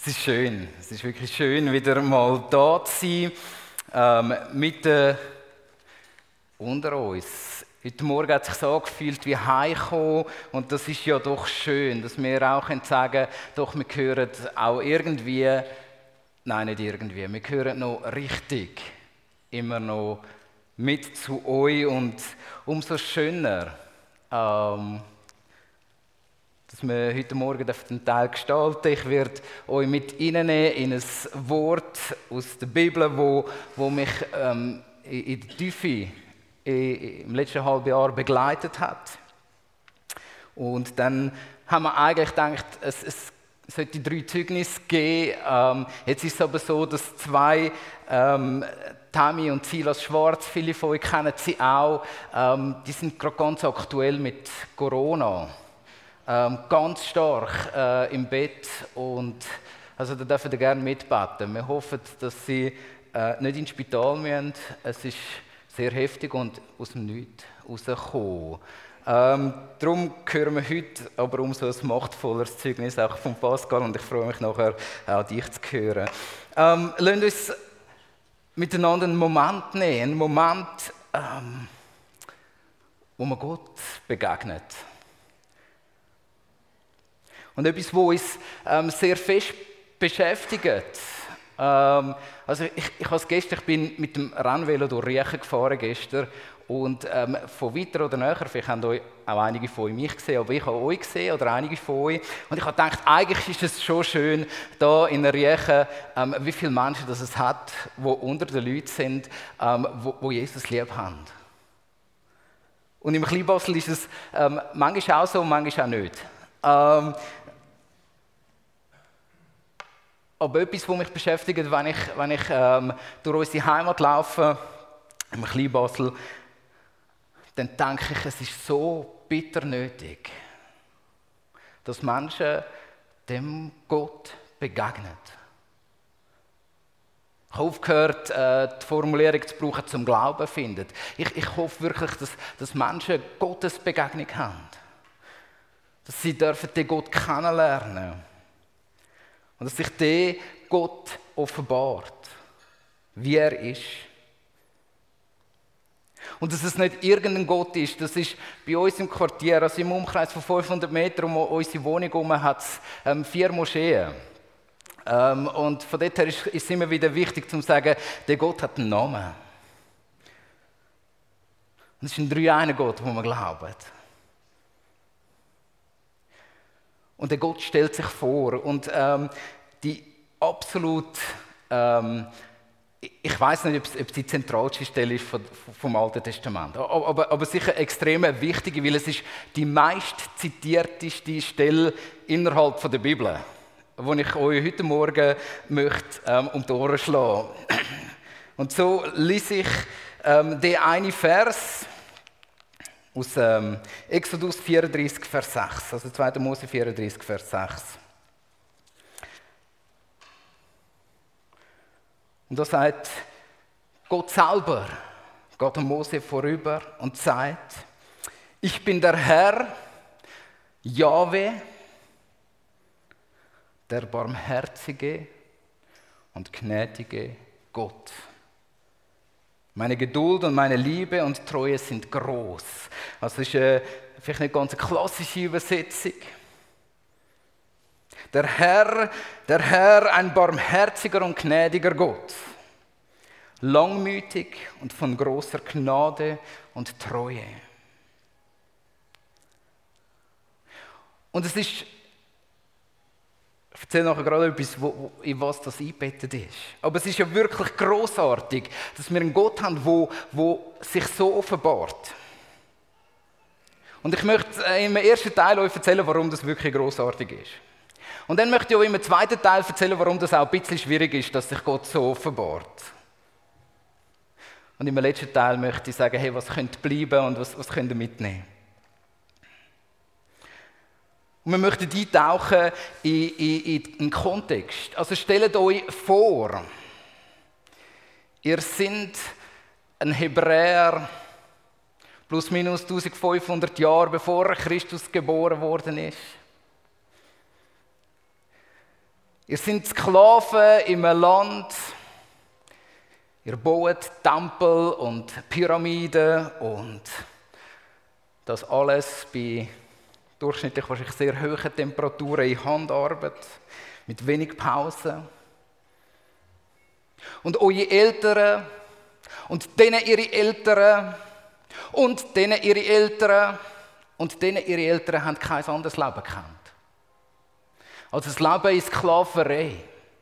Es ist schön, es ist wirklich schön, wieder mal da zu sein, mitten unter uns. Heute Morgen hat es sich so angefühlt wie heimkommen und das ist ja doch schön, dass wir auch sagen können, doch wir gehören auch irgendwie, nein nicht irgendwie, wir gehören noch richtig, immer noch mit zu euch und umso schöner, dass wir heute Morgen den Teil gestalten. Ich werde euch mit reinnehmen in ein Wort aus der Bibel, wo mich in der Tiefe im letzten halben Jahr begleitet hat. Und dann haben wir eigentlich gedacht, es sollte 3 Zeugnisse geben. Jetzt ist es aber so, dass 2, Tammy und Silas Schwarz, viele von euch kennen sie auch, die sind gerade ganz aktuell mit Corona. Ganz stark im Bett und also da dürfen ihr gerne mitbeten. Wir hoffen, dass sie nicht ins Spital müssen. Es ist sehr heftig und aus dem Nichts rausgekommen. Darum hören wir heute aber umso ein machtvolleres Zeugnis auch von Pascal und ich freue mich nachher auch dich zu hören. Lasst uns miteinander einen Moment nehmen, einen Moment, wo man Gott begegnet. Und etwas, was uns sehr fest beschäftigt. Also ich bin mit dem Rennvelo durch Riechen gefahren gestern und von weiter oder näher, vielleicht haben euch auch einige von euch mich gesehen, aber ich habe euch gesehen oder einige von euch. Und ich habe gedacht, eigentlich ist es schon schön, da in Riechen, wie viele Menschen das es hat, die unter den Leuten sind, wo Jesus lieb haben. Und im Kleinbasel ist es manchmal auch so, manchmal auch nicht. Aber etwas, was mich beschäftigt, wenn ich durch unsere Heimat laufe, im Kleinbasel, dann denke ich, es ist so bitter nötig, dass Menschen dem Gott begegnen. Ich habe aufgehört, die Formulierung zu brauchen, zum Glauben finden. Ich hoffe wirklich, dass Menschen Gottes Begegnung haben. Dass sie den Gott kennenlernen dürfen. Und dass sich der Gott offenbart, wie er ist. Und dass es nicht irgendein Gott ist, das ist bei uns im Quartier, also im Umkreis von 500 Metern um unsere Wohnung herum, hat es 4 Moscheen. Und von dort her ist es immer wieder wichtig zu sagen, der Gott hat einen Namen. Und es ist ein dreieiner Gott, wo wir glauben. Und der Gott stellt sich vor und die absolut, ich weiß nicht, ob es die zentralste Stelle ist vom Alten Testament, aber sicher extrem wichtig, weil es ist die meist zitierteste Stelle innerhalb der Bibel, die ich euch heute Morgen möchte um die Ohren schlagen. Und so lese ich den einen Vers aus Exodus 34, Vers 6, also 2. Mose 34, Vers 6. Und da sagt Gott selber, geht Mose vorüber und sagt, ich bin der Herr, Jahwe, der barmherzige und gnädige Gott. Meine Geduld und meine Liebe und Treue sind groß. Also das ist vielleicht nicht ganz eine klassische Übersetzung. Der Herr, ein barmherziger und gnädiger Gott. Langmütig und von großer Gnade und Treue. Und es ist, ich erzähle nachher gerade etwas, in was das eingebettet ist. Aber es ist ja wirklich grossartig, dass wir einen Gott haben, der sich so offenbart. Und ich möchte im ersten Teil euch erzählen, warum das wirklich grossartig ist. Und dann möchte ich euch im zweiten Teil erzählen, warum das auch ein bisschen schwierig ist, dass sich Gott so offenbart. Und im letzten Teil möchte ich sagen, hey, was könnte bleiben und was könnt ihr mitnehmen? Und wir möchten eintauchen in einen Kontext. Also stellt euch vor, ihr seid ein Hebräer, plus minus 1500 Jahre bevor Christus geboren worden ist. Ihr seid Sklaven in einem Land. Ihr baut Tempel und Pyramiden und das alles bei durchschnittlich wahrscheinlich sehr hohen Temperaturen in Handarbeit, mit wenig Pause. Und eure Eltern und denen ihre Eltern und denen ihre Eltern und denen ihre Eltern haben kein anderes Leben gekannt. Also das Leben in Sklaverei.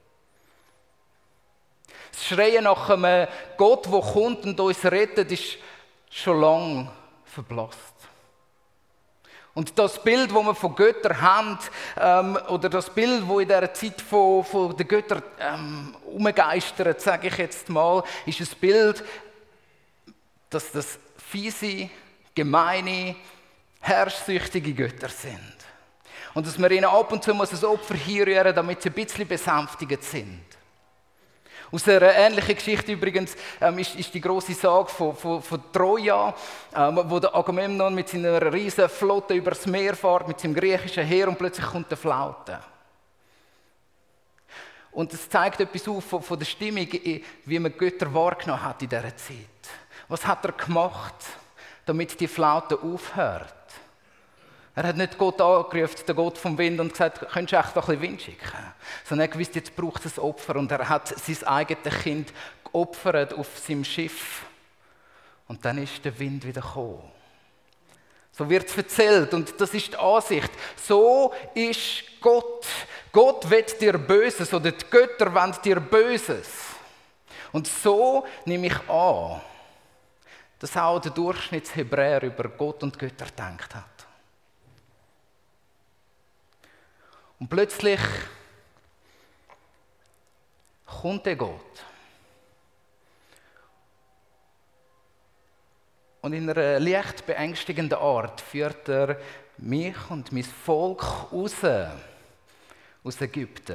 Das Schreien nach einem Gott, der kommt und uns rettet, ist schon lange verblasst. Und das Bild, das wir von Göttern haben, oder das Bild, das in dieser Zeit von den Göttern umgeistert, sage ich jetzt mal, ist ein Bild, dass das fiese, gemeine, herrschsüchtige Götter sind. Und dass wir ihnen ab und zu ein Opfer hinrühren, damit sie ein bisschen besänftigt sind. Aus einer ähnlichen Geschichte übrigens ist die grosse Sage von Troja, wo der Agamemnon mit seiner riesen Flotte übers Meer fährt, mit seinem griechischen Heer und plötzlich kommt eine Flaute. Und es zeigt etwas auf von der Stimmung, wie man Götter wahrgenommen hat in dieser Zeit. Was hat er gemacht, damit die Flaute aufhört? Er hat nicht Gott angerufen, den Gott vom Wind, und gesagt, könntest du echt ein bisschen Wind schicken? Sondern er gewusst, jetzt braucht es ein Opfer. Und er hat sein eigenes Kind geopfert auf seinem Schiff. Und dann ist der Wind wieder gekommen. So wird es erzählt und das ist die Ansicht. So ist Gott. Gott will dir Böses oder die Götter wollen dir Böses. Und so nehme ich an, dass auch der Durchschnittshebräer über Gott und Götter gedacht hat. Und plötzlich kommt der Gott. Und in einer leicht beängstigenden Art führt er mich und mein Volk raus aus Ägypten.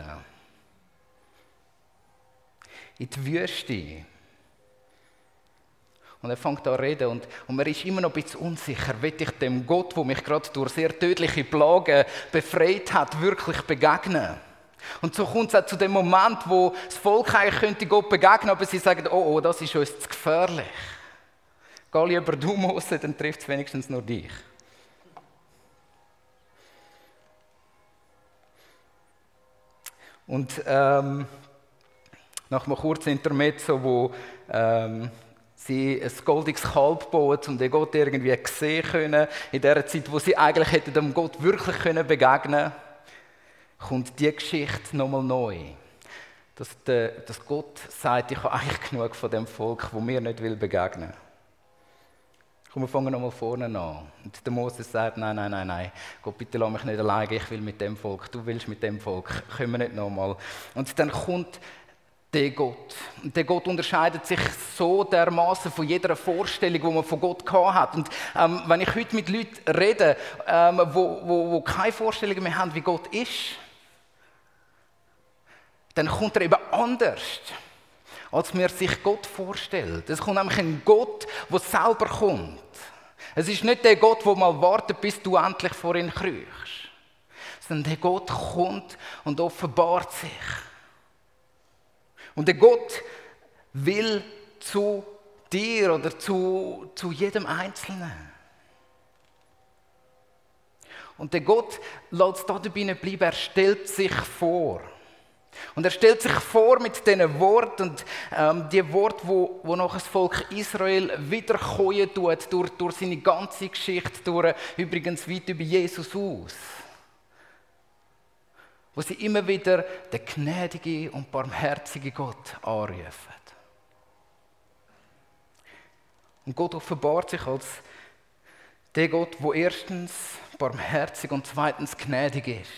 In die Wüste. Und er fängt an zu reden und man ist immer noch ein bisschen unsicher. Will ich dem Gott, der mich gerade durch sehr tödliche Plagen befreit hat, wirklich begegnen? Und so kommt es auch zu dem Moment, wo das Volk eigentlich könnte Gott begegnen, aber sie sagen, oh, das ist uns zu gefährlich. Geh lieber du, Mose, dann trifft es wenigstens nur dich. Und nach einem kurzen Intermezzo, wo sie ein goldiges Kalb bauen, um den Gott irgendwie sehen können, in der Zeit, wo sie eigentlich hätten dem Gott wirklich begegnen können, kommt die Geschichte nochmal neu. Dass Gott sagt, ich habe eigentlich genug von dem Volk, wo mir nicht begegnen will. Komm, wir fangen nochmal vorne an. Und der Mose sagt, nein, Gott, bitte lass mich nicht alleine, ich will mit dem Volk, du willst mit dem Volk, können wir nicht nochmal. Und dann kommt der Gott. Und der Gott unterscheidet sich so dermaßen von jeder Vorstellung, die man von Gott gehabt hat. Und wenn ich heute mit Leuten rede, wo keine Vorstellung mehr haben, wie Gott ist, dann kommt er eben anders, als man sich Gott vorstellt. Es kommt nämlich ein Gott, der selber kommt. Es ist nicht der Gott, der mal wartet, bis du endlich vor ihn kriechst. Sondern der Gott kommt und offenbart sich. Und der Gott will zu dir oder zu jedem Einzelnen. Und der Gott lässt es dabei nicht bleiben, er stellt sich vor. Und er stellt sich vor mit diesen Worten, und die Worte, wo noch das Volk Israel wiederkommen tut, durch seine ganze Geschichte, übrigens weit über Jesus aus. Wo sie immer wieder den gnädigen und barmherzigen Gott anrufen. Und Gott offenbart sich als der Gott, der erstens barmherzig und zweitens gnädig ist.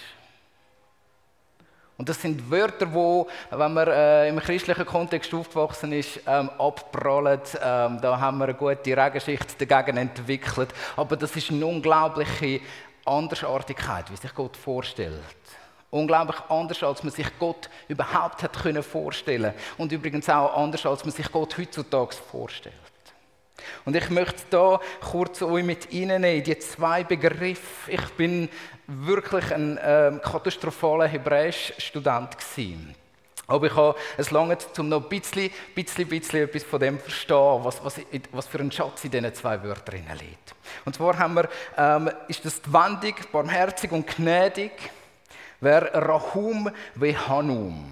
Und das sind Wörter, die, wenn man im christlichen Kontext aufgewachsen ist, abprallen. Da haben wir eine gute Regenschicht dagegen entwickelt. Aber das ist eine unglaubliche Andersartigkeit, wie sich Gott vorstellt. Unglaublich anders, als man sich Gott überhaupt hat vorstellen können. Und übrigens auch anders, als man sich Gott heutzutage vorstellt. Und ich möchte da kurz euch mit reinnehmen, die zwei Begriffe. Ich bin wirklich ein katastrophaler Hebräisch-Student gewesen. Aber ich habe es lange, um noch ein bisschen etwas von dem zu verstehen, was für ein Schatz in diesen zwei Wörtern liegt. Und zwar haben wir, ist das die Wendung, barmherzig und gnädig, wäre Rahum wie Hanum.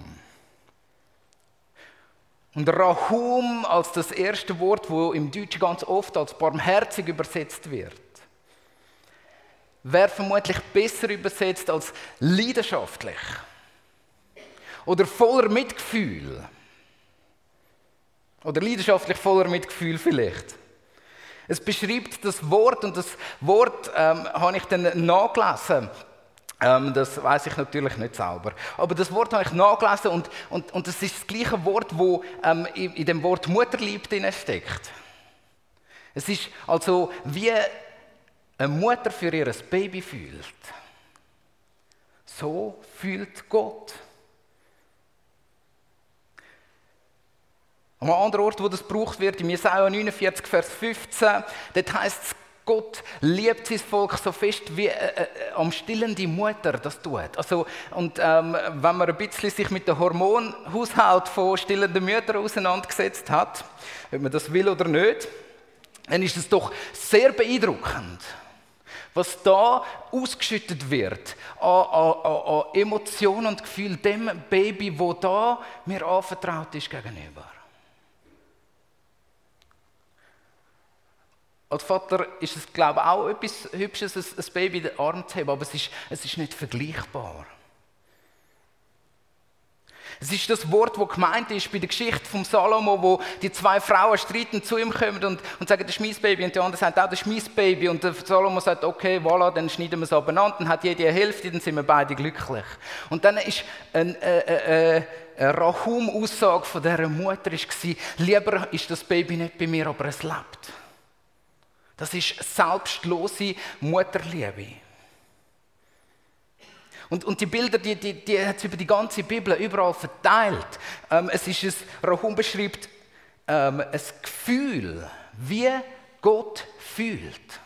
Und Rahum als das erste Wort, das im Deutschen ganz oft als barmherzig übersetzt wird, wäre vermutlich besser übersetzt als leidenschaftlich oder voller Mitgefühl. Oder leidenschaftlich voller Mitgefühl vielleicht. Es beschreibt das Wort und das Wort habe ich dann nachgelesen. Das weiß ich natürlich nicht selber. Aber das Wort habe ich nachgelesen und das ist das gleiche Wort, das in dem Wort Mutterlieb drin steckt. Es ist also wie eine Mutter für ihr Baby fühlt. So fühlt Gott. An einem anderen Ort, wo das gebraucht wird, in Jesaja 49, Vers 15, dort heisst es, Gott liebt sein Volk so fest, wie am Stillen die Mutter das tut. Also, und wenn man ein bisschen sich mit dem Hormonhaushalt von stillenden Müttern auseinandergesetzt hat, ob man das will oder nicht, dann ist es doch sehr beeindruckend, was da ausgeschüttet wird an Emotionen und Gefühlen dem Baby, das da mir anvertraut ist gegenüber. Als Vater ist es, glaube ich, auch etwas Hübsches, ein Baby in den Arm zu haben, aber es ist nicht vergleichbar. Es ist das Wort, das gemeint ist bei der Geschichte von Salomo, wo die zwei Frauen streiten zu ihm kommen und sagen, das ist mein Baby, und die andere sagt auch, das ist mein Baby. Und der Salomo sagt, okay, voilà, dann schneiden wir es abeinander, dann hat jede eine Hälfte, dann sind wir beide glücklich. Und dann ist eine Rahum-Aussage von dieser Mutter war, lieber ist das Baby nicht bei mir, aber es lebt. Das ist selbstlose Mutterliebe. Und die Bilder, die hat es über die ganze Bibel überall verteilt. Rahum beschreibt ein Gefühl, wie Gott fühlt.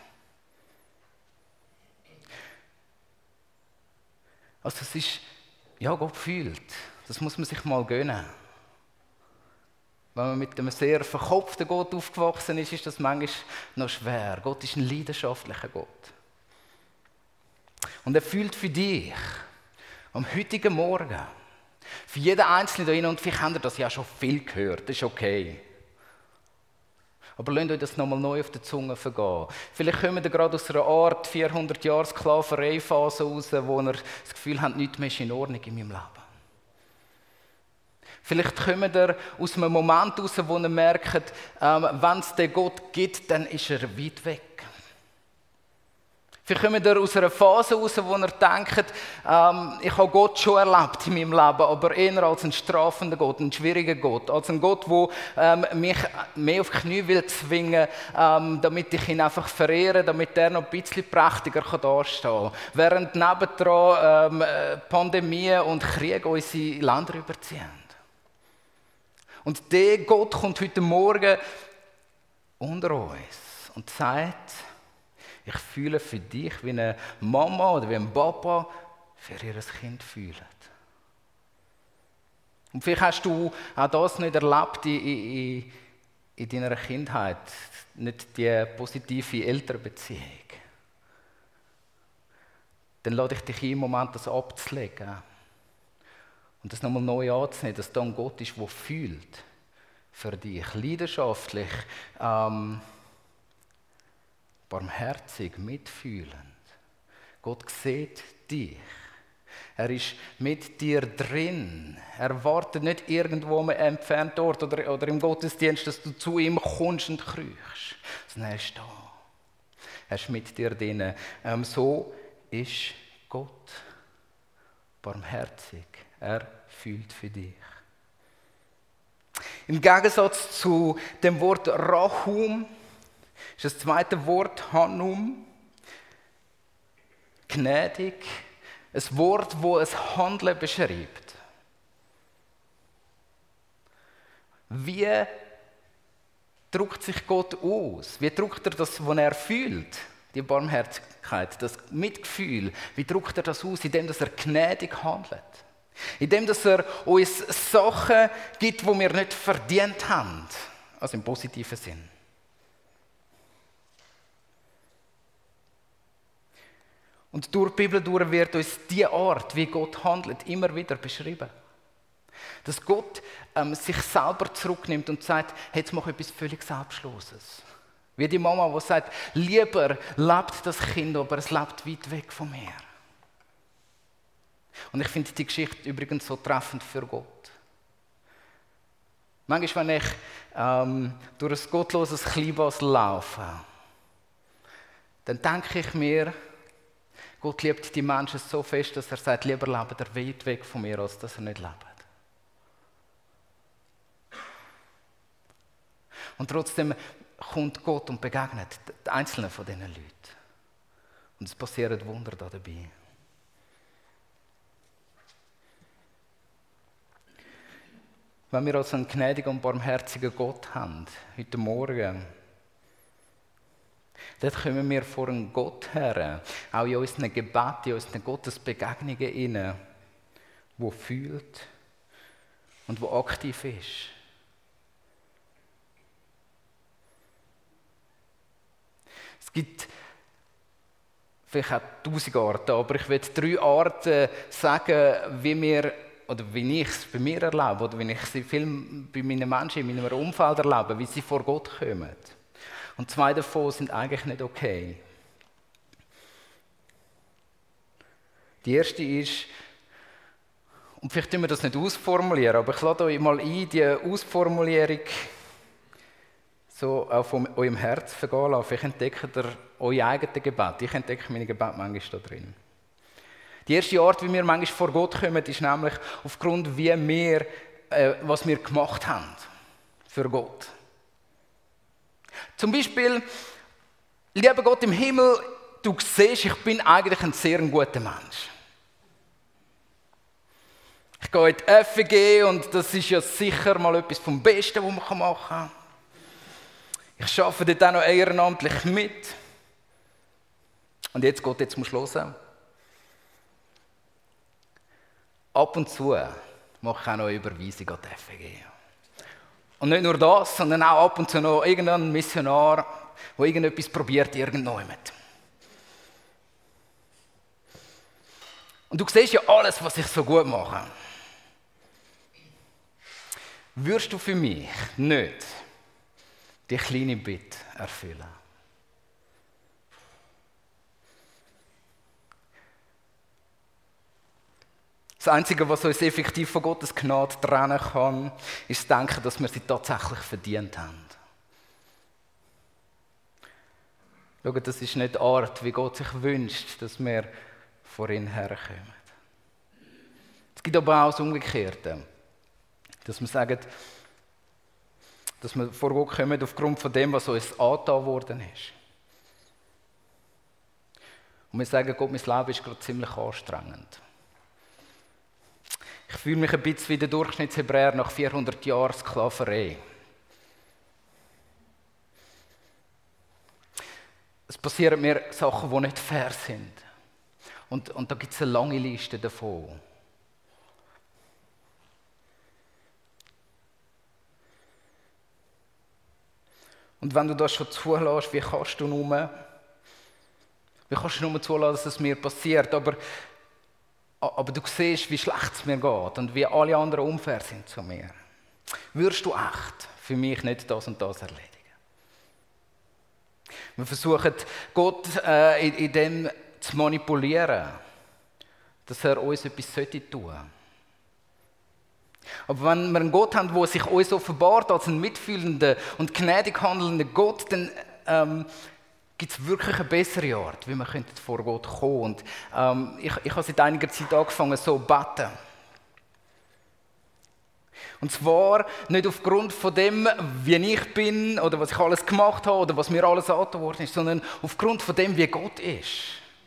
Also es ist, ja, Gott fühlt. Das muss man sich mal gönnen. Wenn man mit einem sehr verkopften Gott aufgewachsen ist, ist das manchmal noch schwer. Gott ist ein leidenschaftlicher Gott. Und er fühlt für dich am heutigen Morgen, für jeden Einzelnen da drin, und vielleicht habt ihr das ja schon viel gehört, das ist okay. Aber lasst euch das nochmal neu auf der Zunge vergehen. Vielleicht kommt ihr gerade aus einer Art 400 Jahre Sklaverei-Phase raus, wo ihr das Gefühl habt, nichts mehr ist in Ordnung in meinem Leben. Vielleicht kommt ihr aus einem Moment raus, wo ihr merkt, wenn es den Gott gibt, dann ist er weit weg. Vielleicht kommt ihr aus einer Phase raus, wo ihr denkt, ich habe Gott schon erlebt in meinem Leben, aber eher als einen strafenden Gott, einen schwierigen Gott, als einen Gott, der mich mehr auf die Knie will zwingen, damit ich ihn einfach verehre, damit er noch ein bisschen prächtiger dastehen kann. Während nebendran Pandemie und Krieg unsere Länder überziehen. Und der Gott kommt heute Morgen unter uns und sagt, ich fühle für dich, wie eine Mama oder wie ein Papa für ihr Kind fühlt. Und vielleicht hast du auch das nicht erlebt in deiner Kindheit, nicht die positive Elternbeziehung. Dann lade ich dich ein, im Moment das abzulegen. Und das nochmal neu anzunehmen, dass da ein Gott ist, der fühlt für dich, leidenschaftlich, barmherzig, mitfühlend. Gott sieht dich. Er ist mit dir drin. Er wartet nicht irgendwo am entfernten Ort oder im Gottesdienst, dass du zu ihm kommst und kriechst. Sondern er ist da. Er ist mit dir drin. So ist Gott barmherzig. Er fühlt für dich. Im Gegensatz zu dem Wort Rahum ist das zweite Wort Hanum, gnädig, ein Wort, das ein Handeln beschreibt. Wie drückt sich Gott aus? Wie drückt er das, was er fühlt? Die Barmherzigkeit, das Mitgefühl. Wie drückt er das aus? Indem er gnädig handelt. Indem er uns Sachen gibt, die wir nicht verdient haben. Also im positiven Sinn. Und durch die Bibel durch wird uns die Art, wie Gott handelt, immer wieder beschrieben. Dass Gott sich selber zurücknimmt und sagt, hey, jetzt mache ich etwas völlig Selbstloses. Wie die Mama, die sagt, lieber lebt das Kind, aber es lebt weit weg von mir. Und ich finde die Geschichte übrigens so treffend für Gott. Manchmal, wenn ich durch ein gottloses Kleinbad laufe, dann denke ich mir, Gott liebt die Menschen so fest, dass er sagt, lieber lebt er weit weg von mir, als dass er nicht lebt. Und trotzdem kommt Gott und begegnet die Einzelnen von diesen Leuten. Und es passieren Wunder dabei. Wenn wir also einen gnädigen und barmherzigen Gott haben, heute Morgen, dann kommen wir vor einen Gott her, auch in unseren Gebeten, in unseren Gottesbegegnungen, der fühlt und der aktiv ist. Es gibt vielleicht auch 1000 Arten, aber ich will 3 Arten sagen, wie ich es bei mir erlebe oder wie ich es bei meinen Menschen in meinem Umfeld erlebe, wie sie vor Gott kommen. Und 2 davon sind eigentlich nicht okay. Die erste ist, und vielleicht können wir das nicht ausformulieren, aber ich lade euch mal ein, die Ausformulierung so auf eurem Herz vergehen lassen. Vielleicht entdeckt ihr euer eigenes Gebet. Ich entdecke meine Gebete manchmal da drin. Die erste Art, wie wir manchmal vor Gott kommen, ist nämlich aufgrund, was wir gemacht haben für Gott. Zum Beispiel, lieber Gott im Himmel, du siehst, ich bin eigentlich ein sehr guter Mensch. Ich gehe in die FG und das ist ja sicher mal etwas vom Besten, was man machen kann. Ich arbeite dort auch noch ehrenamtlich mit. Und jetzt musst du hören. Ab und zu mache ich auch noch eine Überweisung an die FG. Und nicht nur das, sondern auch ab und zu noch irgendein Missionar, der irgendetwas probiert, irgendjemand. Und du siehst ja alles, was ich so gut mache. Würdest du für mich nicht die kleine Bitte erfüllen? Das Einzige, was uns effektiv von Gottes Gnade trennen kann, ist das Denken, dass wir sie tatsächlich verdient haben. Schau, das ist nicht die Art, wie Gott sich wünscht, dass wir vor ihn herkommen. Es gibt aber auch das Umgekehrte. Dass wir sagen, dass wir vor Gott kommen aufgrund von dem, was uns angetan worden ist. Und wir sagen, Gott, mein Leben ist gerade ziemlich anstrengend. Ich fühle mich ein bisschen wie der Durchschnittshebräer nach 400 Jahren Sklaverei. Es passieren mir Sachen, die nicht fair sind. Und da gibt es eine lange Liste davon. Und wenn du das schon zulässt, wie kannst du nur zulassen, dass es mir passiert? Aber du siehst, wie schlecht es mir geht und wie alle anderen unfair sind zu mir. Würdest du echt für mich nicht das und das erledigen? Wir versuchen, Gott in dem zu manipulieren, dass er uns etwas tun sollte. Aber wenn wir einen Gott haben, der sich uns offenbart als ein mitfühlender und gnädig handelnder Gott, dann gibt es wirklich eine bessere Art, wie wir vor Gott kommen könnten. Ich habe seit einiger Zeit angefangen, so zu beten. Und zwar nicht aufgrund von dem, wie ich bin oder was ich alles gemacht habe oder was mir alles angetan worden ist, sondern aufgrund von dem, wie Gott ist.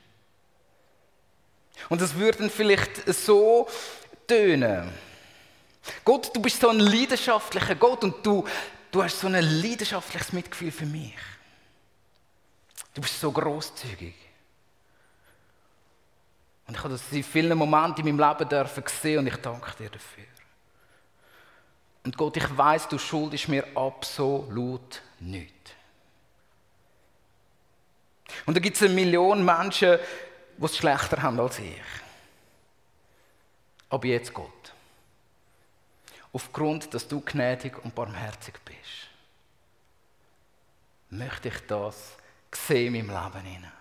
Und das würde dann vielleicht so tönen. Gott, du bist so ein leidenschaftlicher Gott und du du hast so ein leidenschaftliches Mitgefühl für mich. Du bist so grosszügig. Und ich habe das in vielen Momenten in meinem Leben dürfen sehen und ich danke dir dafür. Und Gott, ich weiss, du schuldest mir absolut nichts. Und da gibt es 1 Million Menschen, die es schlechter haben als ich. Aber jetzt Gott. Aufgrund, dass du gnädig und barmherzig bist, möchte ich das sehen in meinem Leben hinein.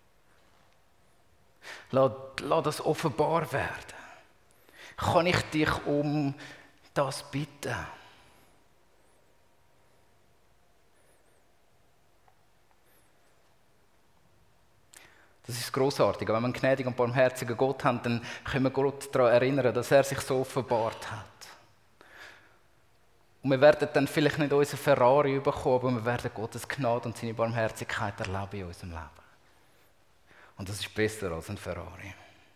Lass das offenbar werden. Kann ich dich um das bitten? Das ist grossartig. Wenn wir einen gnädigen und barmherzigen Gott haben, dann können wir Gott daran erinnern, dass er sich so offenbart hat. Und wir werden dann vielleicht nicht unseren Ferrari bekommen, aber wir werden Gottes Gnade und seine Barmherzigkeit erleben in unserem Leben. Und das ist besser als ein Ferrari.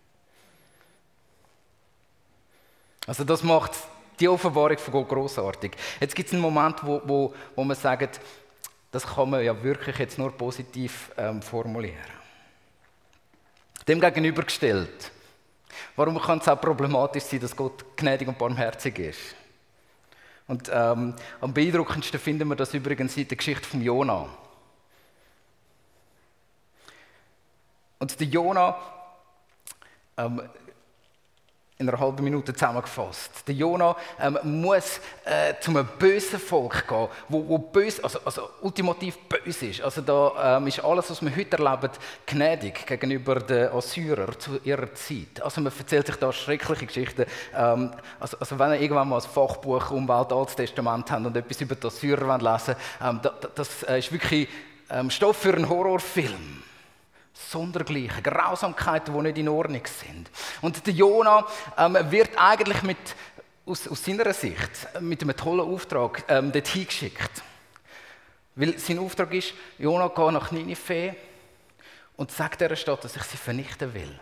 Also das macht die Offenbarung von Gott grossartig. Jetzt gibt es einen Moment, wo man sagt, das kann man ja wirklich jetzt nur positiv formulieren. Dem gegenübergestellt, warum kann es auch problematisch sein, dass Gott gnädig und barmherzig ist? Und am beeindruckendsten finden wir das übrigens in der Geschichte von Jona. Und der Jona, in einer halben Minute zusammengefasst. Der Jona muss zu einem bösen Volk gehen, wo böse, also ultimativ böse ist. Also da ist alles, was wir heute erleben, gnädig gegenüber den Assyrern zu ihrer Zeit. Also man erzählt sich da schreckliche Geschichten. Also wenn ihr irgendwann mal ein Fachbuch Umwelt Altes Testament habt und etwas über die Assyrer lesen wollt, das ist wirklich Stoff für einen Horrorfilm. Sondergleichen, Grausamkeiten, die nicht in Ordnung sind. Und der Jona wird eigentlich aus seiner Sicht mit einem tollen Auftrag dorthin geschickt. Weil sein Auftrag ist, Jona geht nach Ninive und sagt dieser Stadt, dass ich sie vernichten will.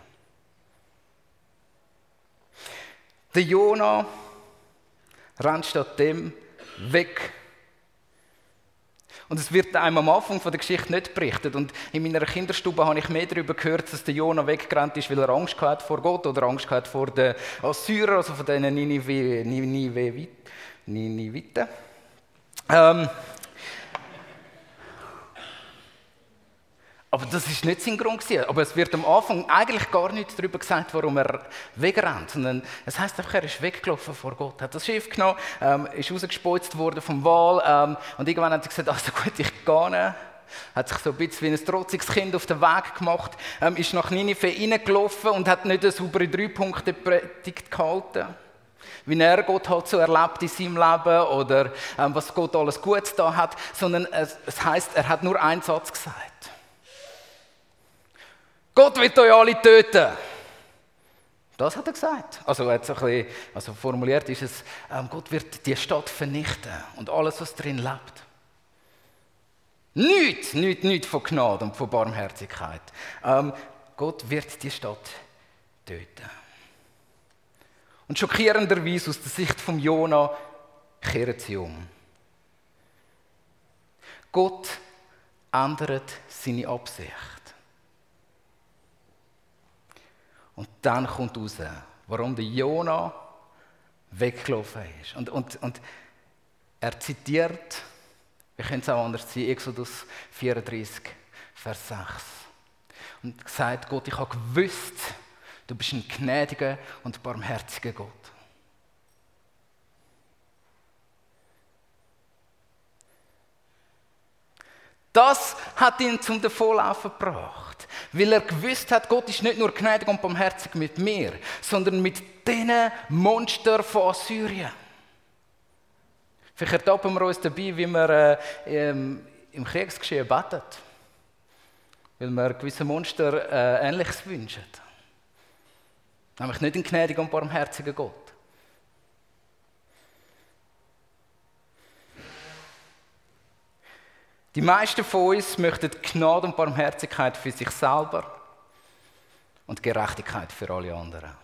Der Jona rennt stattdem weg. Und es wird einem am Anfang der Geschichte nicht berichtet. Und in meiner Kinderstube habe ich mehr darüber gehört, dass der Jona weggerannt ist, weil er Angst hatte vor Gott oder Angst hatte vor den Assyrern, also von diesen Niniviten. Aber das war nicht sein Grund gewesen. Aber es wird am Anfang eigentlich gar nichts darüber gesagt, warum er wegrennt. Sondern es heisst einfach, er ist weggelaufen vor Gott. Hat das Schiff genommen, ist rausgespeuzt worden vom Wal. Und irgendwann hat er gesagt, also gut, ich gehe nicht. Hat sich so ein bisschen wie ein trotziges Kind auf den Weg gemacht. Ist nach Ninive reingelaufen und hat nicht eine saubere 3-Punkte-Predigt gehalten. Wie er Gott halt so erlebt in seinem Leben oder was Gott alles Gutes da hat. Sondern es heisst, er hat nur einen Satz gesagt. Gott wird euch alle töten. Das hat er gesagt. Also, er hat so ein bisschen, formuliert ist es, Gott wird die Stadt vernichten und alles, was drin lebt. Nichts von Gnade und von Barmherzigkeit. Gott wird die Stadt töten. Und schockierenderweise aus der Sicht von Jona kehren sie um. Gott ändert seine Absicht. Und dann kommt raus, warum der Jona weggelaufen ist. Und er zitiert, wir können es auch anders sein, Exodus 34, Vers 6. Und sagt Gott, ich habe gewusst, du bist ein gnädiger und barmherziger Gott. Das hat ihn zum Davonlaufen gebracht, weil er gewusst hat, Gott ist nicht nur gnädig und barmherzig mit mir, sondern mit diesen Monstern von Assyrien. Vielleicht ertappen wir uns dabei, wie wir im Kriegsgeschehen beten, weil wir gewissen Monster Ähnliches wünschen. Nämlich nicht einen gnädigen und barmherzigen Gott. Die meisten von uns möchten Gnade und Barmherzigkeit für sich selber und Gerechtigkeit für alle anderen.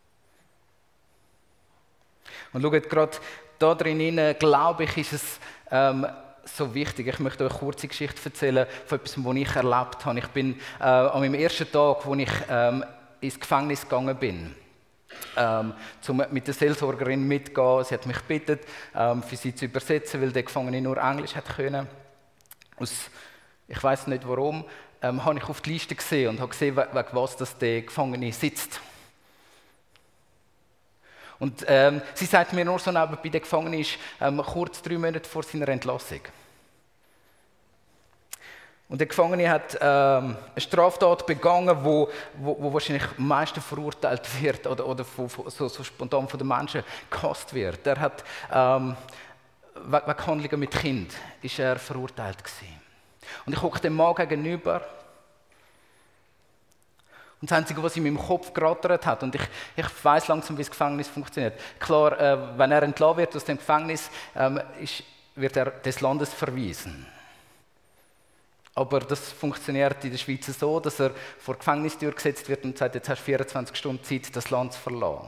Und schaut, gerade da drin, glaube ich, ist es so wichtig. Ich möchte euch eine kurze Geschichte erzählen von etwas, was ich erlebt habe. Ich bin an meinem ersten Tag, wo ich ins Gefängnis gegangen bin, um mit der Seelsorgerin mitzugehen. Sie hat mich gebeten, für sie zu übersetzen, weil der Gefangene nur Englisch hat können. Ich weiß nicht warum, habe ich auf die Liste gesehen und habe gesehen, wegen was dass der Gefangene sitzt. Und sie sagt mir nur so nebenbei, der Gefangene ist kurz 3 Monate vor seiner Entlassung. Und der Gefangene hat eine Straftat begangen, wo wahrscheinlich am meisten verurteilt wird oder so spontan von den Menschen gehasst wird. Er hat wegen Handlungen mit Kind ist er verurteilt gewesen. Und ich gucke dem Mann gegenüber. Und das Einzige, was in meinem Kopf gerattert hat, und ich weiss langsam, wie das Gefängnis funktioniert. Klar, wenn er entlassen wird aus dem Gefängnis, wird er des Landes verwiesen. Aber das funktioniert in der Schweiz so, dass er vor die Gefängnistür gesetzt wird und sagt, jetzt hast du 24 Stunden Zeit, das Land zu verlassen.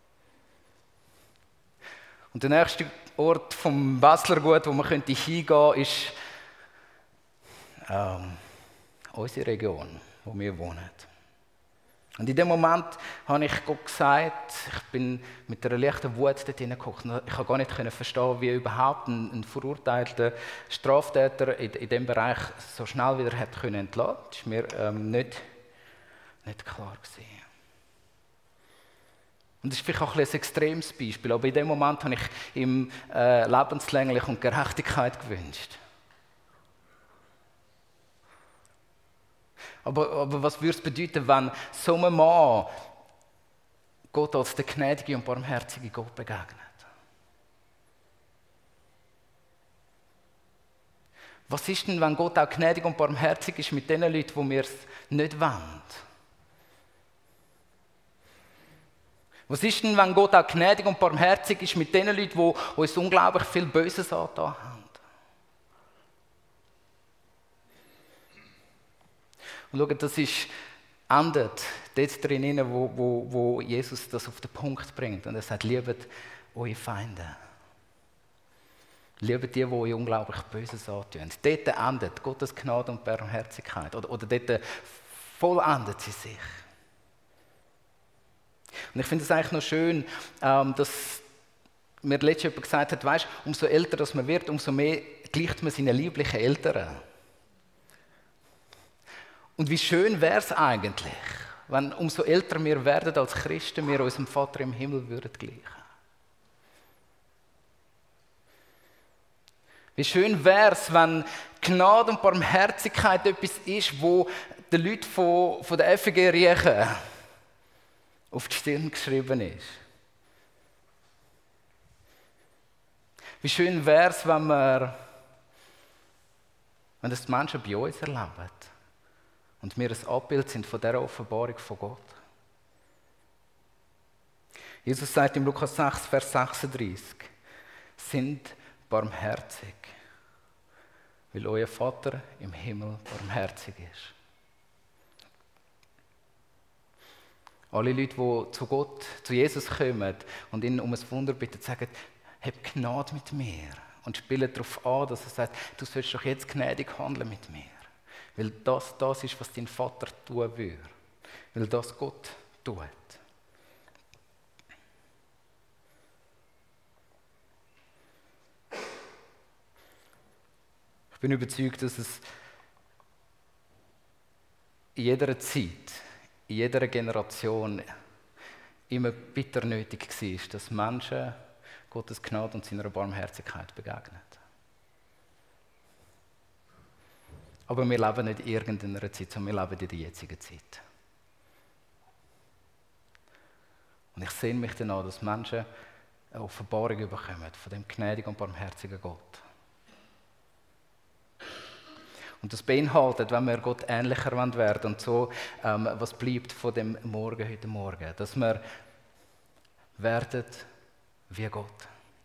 Und der nächste Ort vom Baslergut, wo man hingehen könnte, ist unsere Region, wo wir wohnen. Und in dem Moment habe ich Gott gesagt, ich bin mit einer leichten Wut dort hineingeguckt. Ich konnte gar nicht verstehen, wie überhaupt ein verurteilter Straftäter in diesem Bereich so schnell wieder entlassen konnte. Das war mir nicht klar gewesen. Und das ist vielleicht auch ein extremes Beispiel, aber in dem Moment habe ich ihm lebenslänglich und Gerechtigkeit gewünscht. Aber was würde es bedeuten, wenn so ein Mann Gott als der gnädige und barmherzige Gott begegnet? Was ist denn, wenn Gott auch gnädig und barmherzig ist mit den Leuten, die wir es nicht wollen? Was ist denn, wenn Gott auch gnädig und barmherzig ist mit den Leuten, die uns unglaublich viel Böses angetan haben? Und schaut, das endet dort drin, wo Jesus das auf den Punkt bringt. Und er sagt, liebet eure Feinde. Liebet die euch unglaublich Böses antun. Dort endet Gottes Gnade und Barmherzigkeit. Oder dort vollendet sie sich. Und ich finde es eigentlich noch schön, dass mir letztens jemand gesagt hat, weisst, umso älter dass man wird, umso mehr gleicht man seinen lieblichen Eltern. Und wie schön wäre es eigentlich, wenn umso älter wir werden als Christen, wir unserem Vater im Himmel würden gleichen. Wie schön wäre es, wenn Gnade und Barmherzigkeit etwas ist, wo den Leuten von der FG Riechen auf die Stirn geschrieben ist. Wie schön wäre es, wenn das die Menschen bei uns erleben. Und wir ein Abbild sind von dieser Offenbarung von Gott. Jesus sagt im Lukas 6, Vers 36, sind barmherzig, weil euer Vater im Himmel barmherzig ist. Alle Leute, die zu Gott, zu Jesus kommen und ihn um ein Wunder bitten, sagen, hab Gnade mit mir. Und spielen darauf an, dass er sagt, du sollst doch jetzt gnädig handeln mit mir. Weil das ist, was dein Vater tun will. Weil das Gott tut. Ich bin überzeugt, dass es in jeder Zeit, in jeder Generation immer bitter nötig war, dass Menschen Gottes Gnade und seiner Barmherzigkeit begegnen. Aber wir leben nicht in irgendeiner Zeit, sondern wir leben in der jetzigen Zeit. Und ich sehne mich danach, dass Menschen eine Offenbarung bekommen von dem gnädigen und barmherzigen Gott. Und das beinhaltet, wenn wir Gott ähnlicher werden wollen und so, was bleibt von dem Morgen heute Morgen, dass wir werden wie Gott.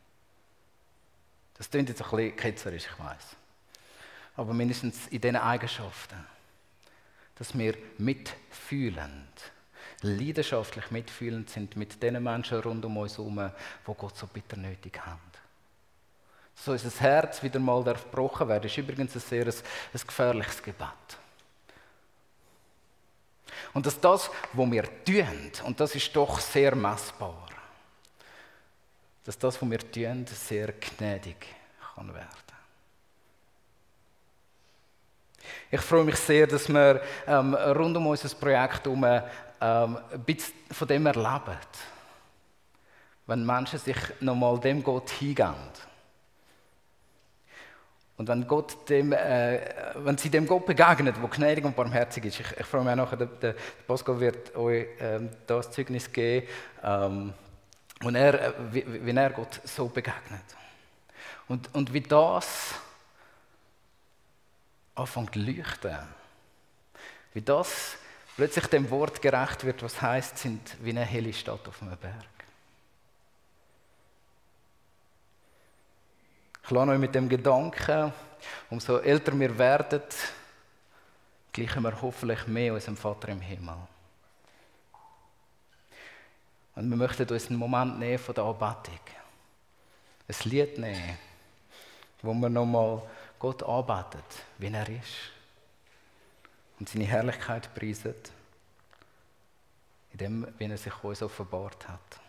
Das klingt jetzt ein bisschen ketzerisch, ich weiss. Aber mindestens in diesen Eigenschaften, dass wir mitfühlend, leidenschaftlich mitfühlend sind mit den Menschen rund um uns herum, die Gott so bitter nötig haben. So unser Herz wieder mal gebrochen werden, ist übrigens ein gefährliches Gebet. Und dass das, was wir tun, und das ist doch sehr messbar, dass das, was wir tun, sehr gnädig kann werden. Ich freue mich sehr, dass wir rund um unser Projekt herum ein bisschen von dem erleben. Wenn Menschen sich nochmal dem Gott hingeben. Und wenn sie dem Gott begegnen, der gnädig und barmherzig ist. Ich freue mich auch nachher, der Pascal wird euch das Zeugnis geben, wie er Gott so begegnet. Und wie das anfängt zu leuchten. Wie das plötzlich dem Wort gerecht wird, was heisst, sind wie eine helle Stadt auf einem Berg. Ich lasse euch mit dem Gedanken, umso älter wir werden, gleichen wir hoffentlich mehr unserem Vater im Himmel. Und wir möchten uns einen Moment nehmen von der Anbetung. Ein Lied nehmen, wo wir nochmal Gott anbeten, wie er ist. Und seine Herrlichkeit preisen, in dem, wie er sich uns offenbart hat.